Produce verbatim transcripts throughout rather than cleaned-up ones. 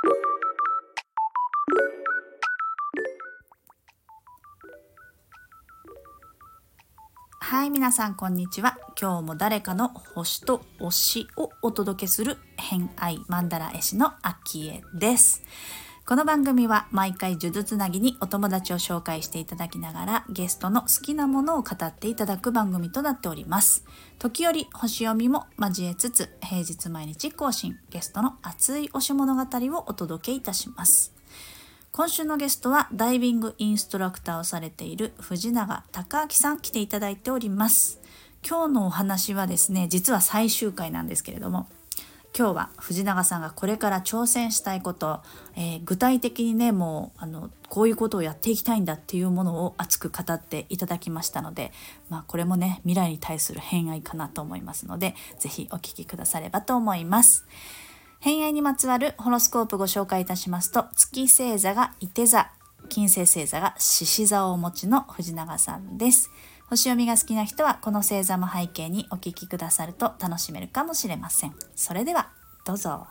はい、皆さんこんにちは。今日も誰かの星と推しをお届けする偏愛マンダラ絵師のアキエです。この番組は毎回数珠つなぎにお友達を紹介していただきながらゲストの好きなものを語っていただく番組となっております。時折星読みも交えつつ平日毎日更新、ゲストの熱い推し物語をお届けいたします。今週のゲストはダイビングインストラクターをされている藤永孝明さん来ていただいております。今日のお話はですね、実は最終回なんですけれども、今日は藤永さんがこれから挑戦したいこと、えー、具体的にね、もうあのこういうことをやっていきたいんだっていうものを熱く語っていただきましたので、まあこれもね、未来に対する偏愛かなと思いますので、ぜひお聞きくださればと思います。偏愛にまつわるホロスコープご紹介いたしますと、月星座が射手座、金星星座が獅子座をお持ちの藤永さんです。星読みが好きな人はこの星座も背景にお聞きくださると楽しめるかもしれません。それではどうぞ。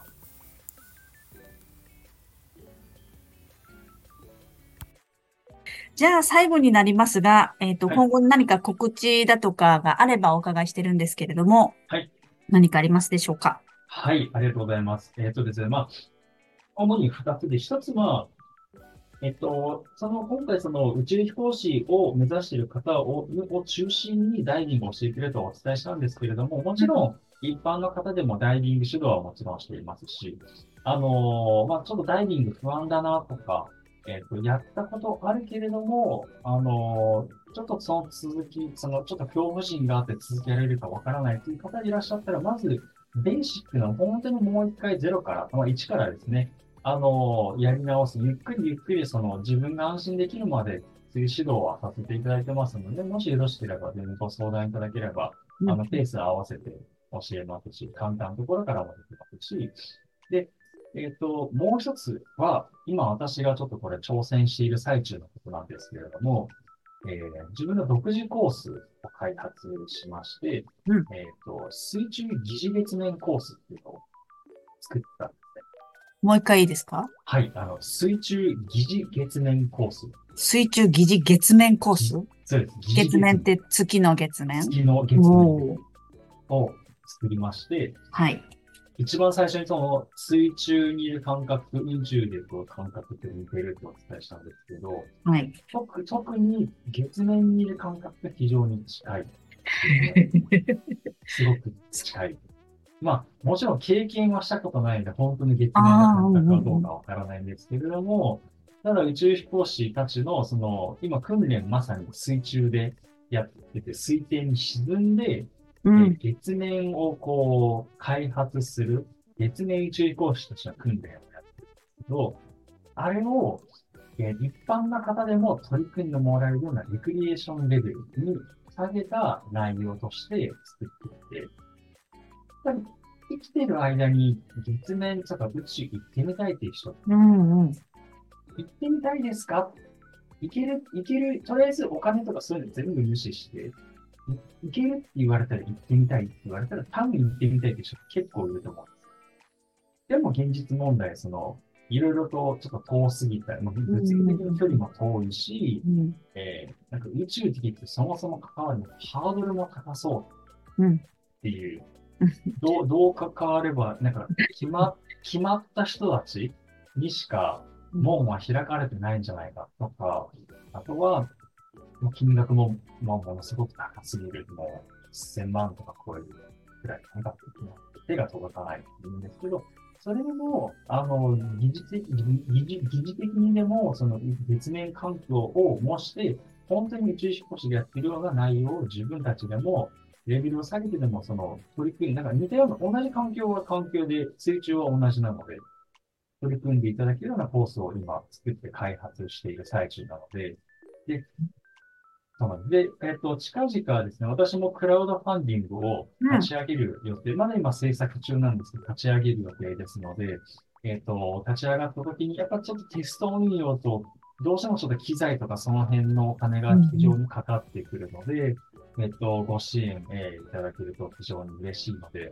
じゃあ最後になりますが、えっと、 はい。 今後何か告知だとかがあればお伺いしてるんですけれども、 はい。 何かありますでしょうか？ はい。ありがとうございます。えっとですね。まあ、主に二つで、一つは、えっと、その、今回その宇宙飛行士を目指している方を、を中心にダイビングをしていくれとお伝えしたんですけれども、もうん。 ちろん、一般の方でもダイビング指導はもちろんしていますし、あのまあ、ちょっとダイビング不安だなとか、えっと、やったことあるけれども、あのちょっとその続き、その、ちょっと恐怖心があって続けられるかわからないという方いらっしゃったら、まず、ベーシックな、本当にもう一回ゼロから、まあ、いちからですね、あの、やり直す。ゆっくりゆっくりその自分が安心できるまで、そういう指導はさせていただいてますので、もしよろしければ全然ご相談いただければ、 うん。 あの、ペース合わせて教えますし、簡単なところからもできますし、で、えっと、もう一つは、今私がちょっとこれ挑戦している最中のことなんですけれども、えー自分の独自コースを開発しまして、 うん。 えっと、水中疑似月面コースっていうのを作ったんですね。 もう一回いいですか？ はい、あの、水中疑似月面コース。 水中疑似月面コーぎス。 そうです。疑似月面。 月面って月の月面？ 月の月面おー。 を作りまして、 はい。 一番最初にその水中にいる感覚、宇宙でこう感覚って似てるとお伝えしたんですけど、 はい。 特、特に月面にいる感覚が非常に近いですね。すごく近い。まあ、もちろん経験はしたことないんで、本当に月あ面のあ、うん感覚はうんうん。 どうかわからないんですけれども、ただ宇宙飛行士たちの、その、今訓練まさに水中でやってて、水底に沈んで、えーうん。 月面をこう、開発する、月面宇宙飛行士としての訓練をやってるんですけど、あれを、えー一般の方でも取り組んでもらえるようなレクリエーションレベルに下げた内容として作っていて、ぱり生きてる間に月面とか宇宙行ってみたいっていう人、 うんうん。 行ってみたいですか？行ける、行ける、とりあえずお金とかそういうの全部無視して、い行けるって言われたら行ってみたいって言われたら多分行ってみたいっていう人結構いると思うんです。でも現実問題、その、いろいろとちょっと遠すぎたり、もうう物理的に距離んも遠いし、 うん。 えー、なんか宇宙的ってそもそも関わるのハードルも高そううん。 っていううん。 どう、どう関われば、なんか、決ま、決まった人たちにしかうん。 門は開かれてないんじゃないかとか、あとは、もう金額も、もうものすごく高すぎる。もう、せんまんとか超えるくらい高くて、手が届かないって言うんですけど、それでも、あの、疑似的、疑似、疑似的にでも、その月面環境を模して、本当に宇宙飛行士がやってるような内容を自分たちでも、レベルを下げてでも、その、取り組み、なんか似たような、同じ環境は環境で、水中は同じなので、取り組んでいただけるようなコースを今作って開発している最中なので、で、そうなんです。で、えっと、近々ですね、私もクラウドファンディングをうん。 立ち上げる予定、まだ今制作中なんですけど、立ち上げる予定ですので、えっと、立ち上がった時に、やっぱちょっとテスト運用と、どうしてもちょっと機材とかその辺のお金うんうが非常ん。 にかかってくるので、えっと、ご支援、えーいただけると非常に嬉しいので、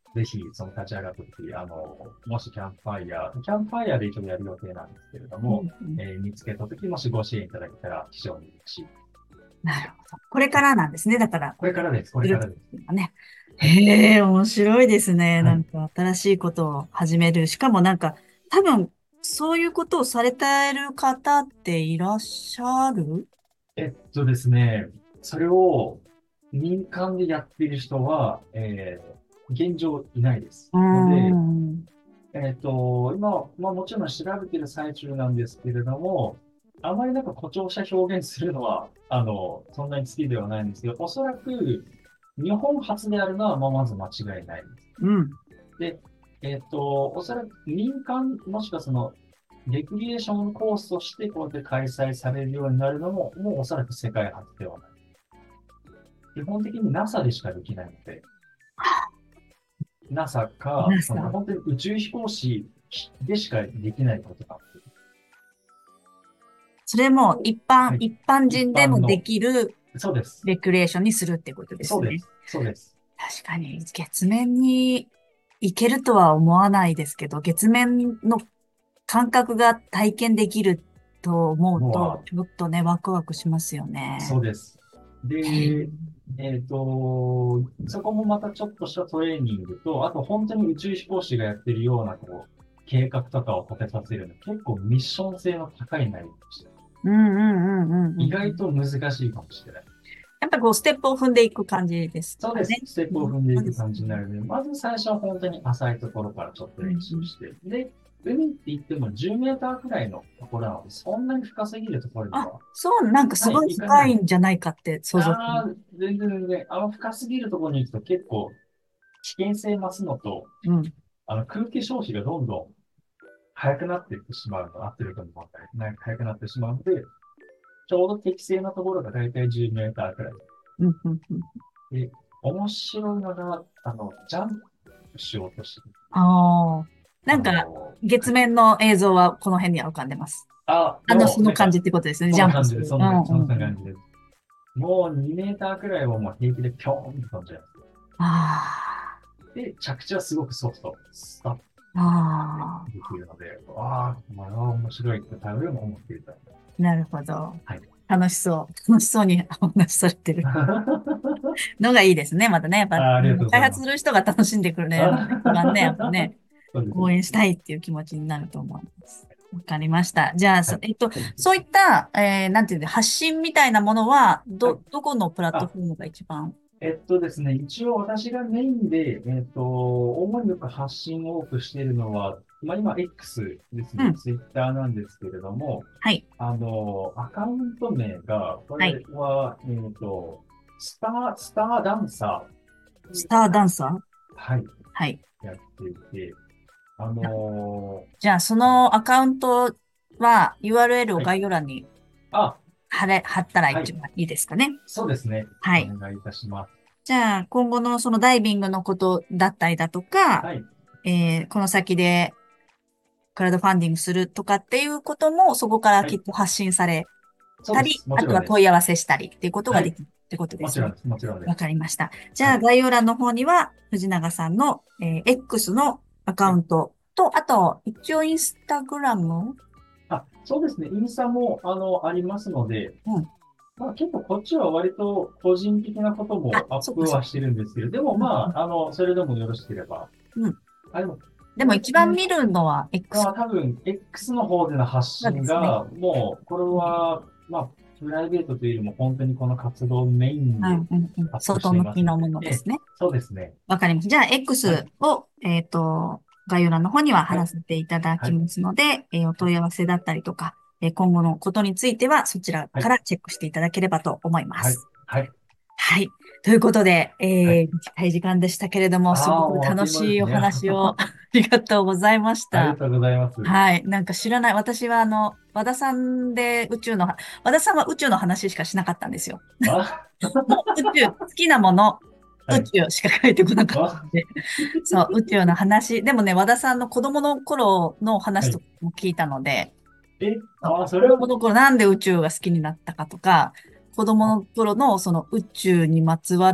ぜひ、その立ち上がった時、あの、もしキャンプファイヤー、キャンプファイヤーで一応やる予定なんですけれども、 うんうん、 えー見つけた時、もしご支援いただけたら非常に嬉しい。 なるほど。これからなんですね。だから、 これからです、こするってれからです。 いうのはね。 はい。 へえ、面白いですね。 はい。 なんか新しいことを始める。しかもなんか、多分、そういうことをされてる方っていらっしゃる？ えっとですね、それを民間でやっている人は、えー現状いないです。 うーので、 ん。 えっと、今、まあもちろん調べてる最中なんですけれども、あまりなんか誇張した表現するのは、あの、そんなに好きではないんですけど、おそらく日本初であるのは、まあ、まず間違いないです。 うん。 で、えっと、おそらく民間、もしくはその、レクリエーションコースとしてこうやって開催されるようになるのも、もうおそらく世界初ではない。基本的に ナサ でしかできないので、ナサ か、その皆さん。 本当に宇宙飛行士でしかできないことがあって、 それも一般、 はい。 一般一人でもで般の、 きるそうです。 レクリエーションにするってことですね。 そうです。そうです。 確かに、月面に行けるとは思わないですけど、月面の感覚が体験できると思うと、 のは、 ちょっとね、ワクワクしますよね。 そうです。 へえ。 で、えっと、そこもまたちょっとしたトレーニングと、あと本当に宇宙飛行士がやってるような、こう、計画とかを立てさせるの、結構ミッション性の高い内容でした。 うんうんうんうんうん。 意外と難しいかもしれない。 やっぱこう、ステップを踏んでいく感じですかね。 そうです。ステッうん、 プを踏んでそうでいく感じになすね。 るので、まず最初は本当に浅いところからちょっと練うんうん。 習して、で、海って言ってもじゅうメーターくらいのところなので、そんなに深すぎるところにあ、 は、 そう、なんかすはい、 ごい行かない。 深いんじゃないかって想像する。 ああ、全然全然、あの深すぎるところに行くと結構危険性増すのと、 うん。 あの空気消費がどんどん速くなっていってしまうの、圧力の問題、な速くなってしまうので、ちょうど適正なところがだいたいじゅうメーターくらい。 うん、うん、うん。 で、面白いのが、あの、ジャンプしようとしてる。 ああ。なあんか、 の、はい。 月面の映像はこの辺には浮かんでます。 あ、 あの、 もう、なんか、 その感じってことですね。 そジんな感じで、 ャンプする。 そんな、 うん、 そんうん、うん。 な感じです。もうにメーターくらいをもう平気でぴょーんと飛んじゃいます。 あで、着地はすごくソフト、スタッあ。 てああ。 できるので、ああ、これは面白いって多分思っていた。 なるほど。 はい。 楽しそう。楽しそうにお話しされてるのがいいですね。またね。やっぱ、 あー、ありがとうございます。 開発する人が楽しんでくれるのが一番ね、やっぱね、 そうですね。 応援したいっていう気持ちになると思います。わかりました。じゃあ、 はい。 そえっと、そういった、えー、なんていうの、発信みたいなものは、 はい。 ど、どこのプラットあ、 フォームが一番？ えっとですね、一応私がメインで、えっと、主によく発信を多くしているのは、まあ今 X ですね、 うん。 Twitter なんですけれども、 はい。 あの、アカウント名が、こはい。 れは、えっと、スター、スターダンサー、 スターダンサー。 はい、 はい。 やっていて、あのじゃあ、そーはい、 のアカウントは ユーアールエル をはい、 概要欄にあ、 貼れ、貼ったらはい、 一番いいですかね。 そうですね。 はい。 お願いいたします。 じゃあ、今後のそのダイビングのことだったりだとか、 はい、 えーこの先でクラウドファンディングするとかっていうことも、そこからはい、 きっと発信されたり、 そうです。もあちろんです。 とは問い合わせしたりっていうことがはい、 できるってことですね。 もちろんです。もちろんでわす。 かりました。じゃあ、 はい、 概要欄の方には、藤永さんの、えー X のアカはい。 ウントと、あと、一応インスタグラム。 あ、そうですね。インスタも、あの、ありますので、 うん。 まあ結構こっちは割と個人的なことあ、 もアッそっかそっか。 プはしてるんですけど、でもうん、 まあ、あの、それでもよろしければ。 うん。うん。 あ、でも、 でもこ一番見るのはれ X は多分 X の方での発がですね。 信が、もう、これうん、 は、まあ、プライベートというよりも本当にこの活動をメインでうん、うん。うん、 アップしてい外向ますので、 きのものええ、 ですね。 そうですね。 わかります。じゃあ、 はい、 X を、えっと、概要欄の方には貼はい、 らせていただはい、 きますので、えーおはい、 問い合わせだったりとか、えー今後のことについてはそちらはい、 からチェックしていただければと思いまはい、 す。 はい。 はい。ということで、 はい。 えー、短い時間でしたけれども、すああ、 ごくもうあっという間で楽しいおすね。 話をありがとうございました。 ありがとうございます。 はい。なんか知らない。私はあの、和田さんで宇宙のは、和田さんは宇宙の話しかしなかったんですよ。 あ、 もう宇宙、好きなもの、宇はい。 宙しか書いてこなかったあ、 んで。そう、宇宙の話。でもね、和田さんの子供の頃の話とはい。 かも聞いたので、 え、 そうあ、それは、 子供の頃なんで宇宙が好きになったかとか、子供の頃のその宇宙にまつわる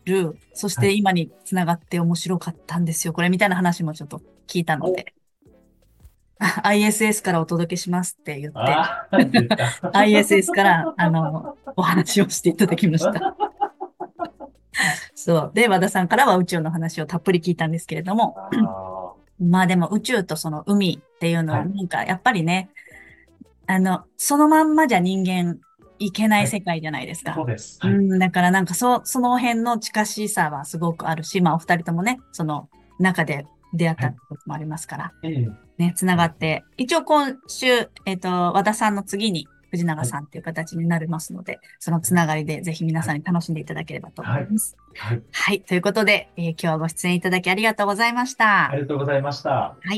る、そしはい。 て今につながって面白かったんですよ。これみたいな話もちょっと聞いたのお、 で、アイエスエス からお届けしますって言って、 ああ、出た。 アイエスエス から、あの、お話をしていただきました。そう。で、和田さんからは宇宙の話をたっぷり聞いたんですけれども、 あまあでも宇宙とその海っていうのあ、はい。 はなんかやっぱりね、あの、そのまんまじゃ人間いけないはい。 世界じゃないですか。 そうです。はい。 うん、だからなんかそ、その辺の近しさはすごくあるし、まあお二人ともね、その中で出会っはい。 たこともありますから、 ええ、 ね、つなそうですね。 がって、一応今週、えっと、和田さんの次に藤永はい。 さんっていう形になりますので、そのつながりでぜひ皆はい。 さんに楽しんでいただければと思はい。 います。 はい。 はい。ということで、えー今日はご出演いただきありがとうございました。 ありがとうございました。 はい。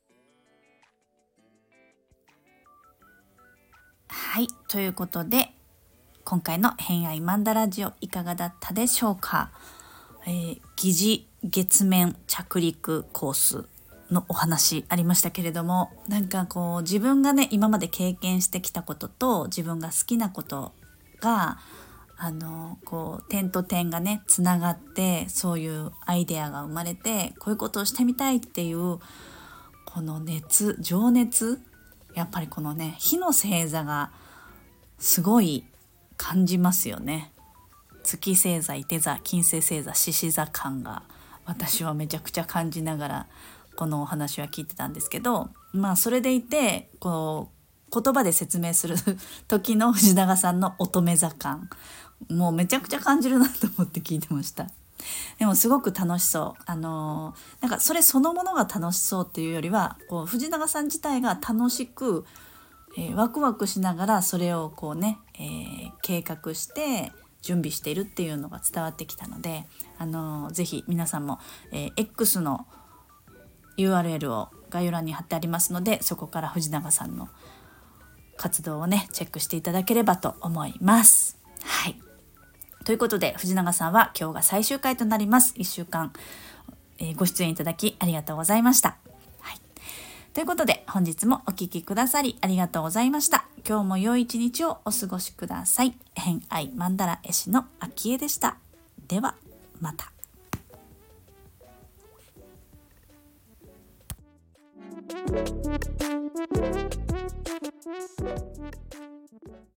はい。ということで、今回の偏愛マンダラジオいかがだったでしょうか。えー疑似月面着陸コースのお話ありましたけれども、なんかこう自分がね今まで経験してきたことと自分が好きなことがあのこう点と点がねつながって、そういうアイデアが生まれて、こういうことをしてみたいっていうこの熱情熱、やっぱりこのね火の星座がすごい感じますよね。月星座、射手座、金星星座、獅子座感が私はめちゃくちゃ感じながらこのお話は聞いてたんですけど、まあそれでいてこう言葉で説明する時の藤永さんの乙女座感、もうめちゃくちゃ感じるなと思って聞いてました。でもすごく楽しそう。あのーなんかそれそのものが楽しそうっていうよりは、こう藤永さん自体が楽しく、えーワクワクしながらそれをこうね、えー計画して準備しているっていうのが伝わってきたので、あのーぜひ皆さんも、えー X の ユーアールエル を概要欄に貼ってありますので、そこから藤永さんの活動をねチェックしていただければと思います。はい。ということで藤永さんは今日が最終回となります。いっしゅうかん、えーご出演いただきありがとうございました。はい。ということで本日もお聞きくださりありがとうございました。今日も良い一日をお過ごしください。偏愛マンダラ絵師のあきえでした。ではまた。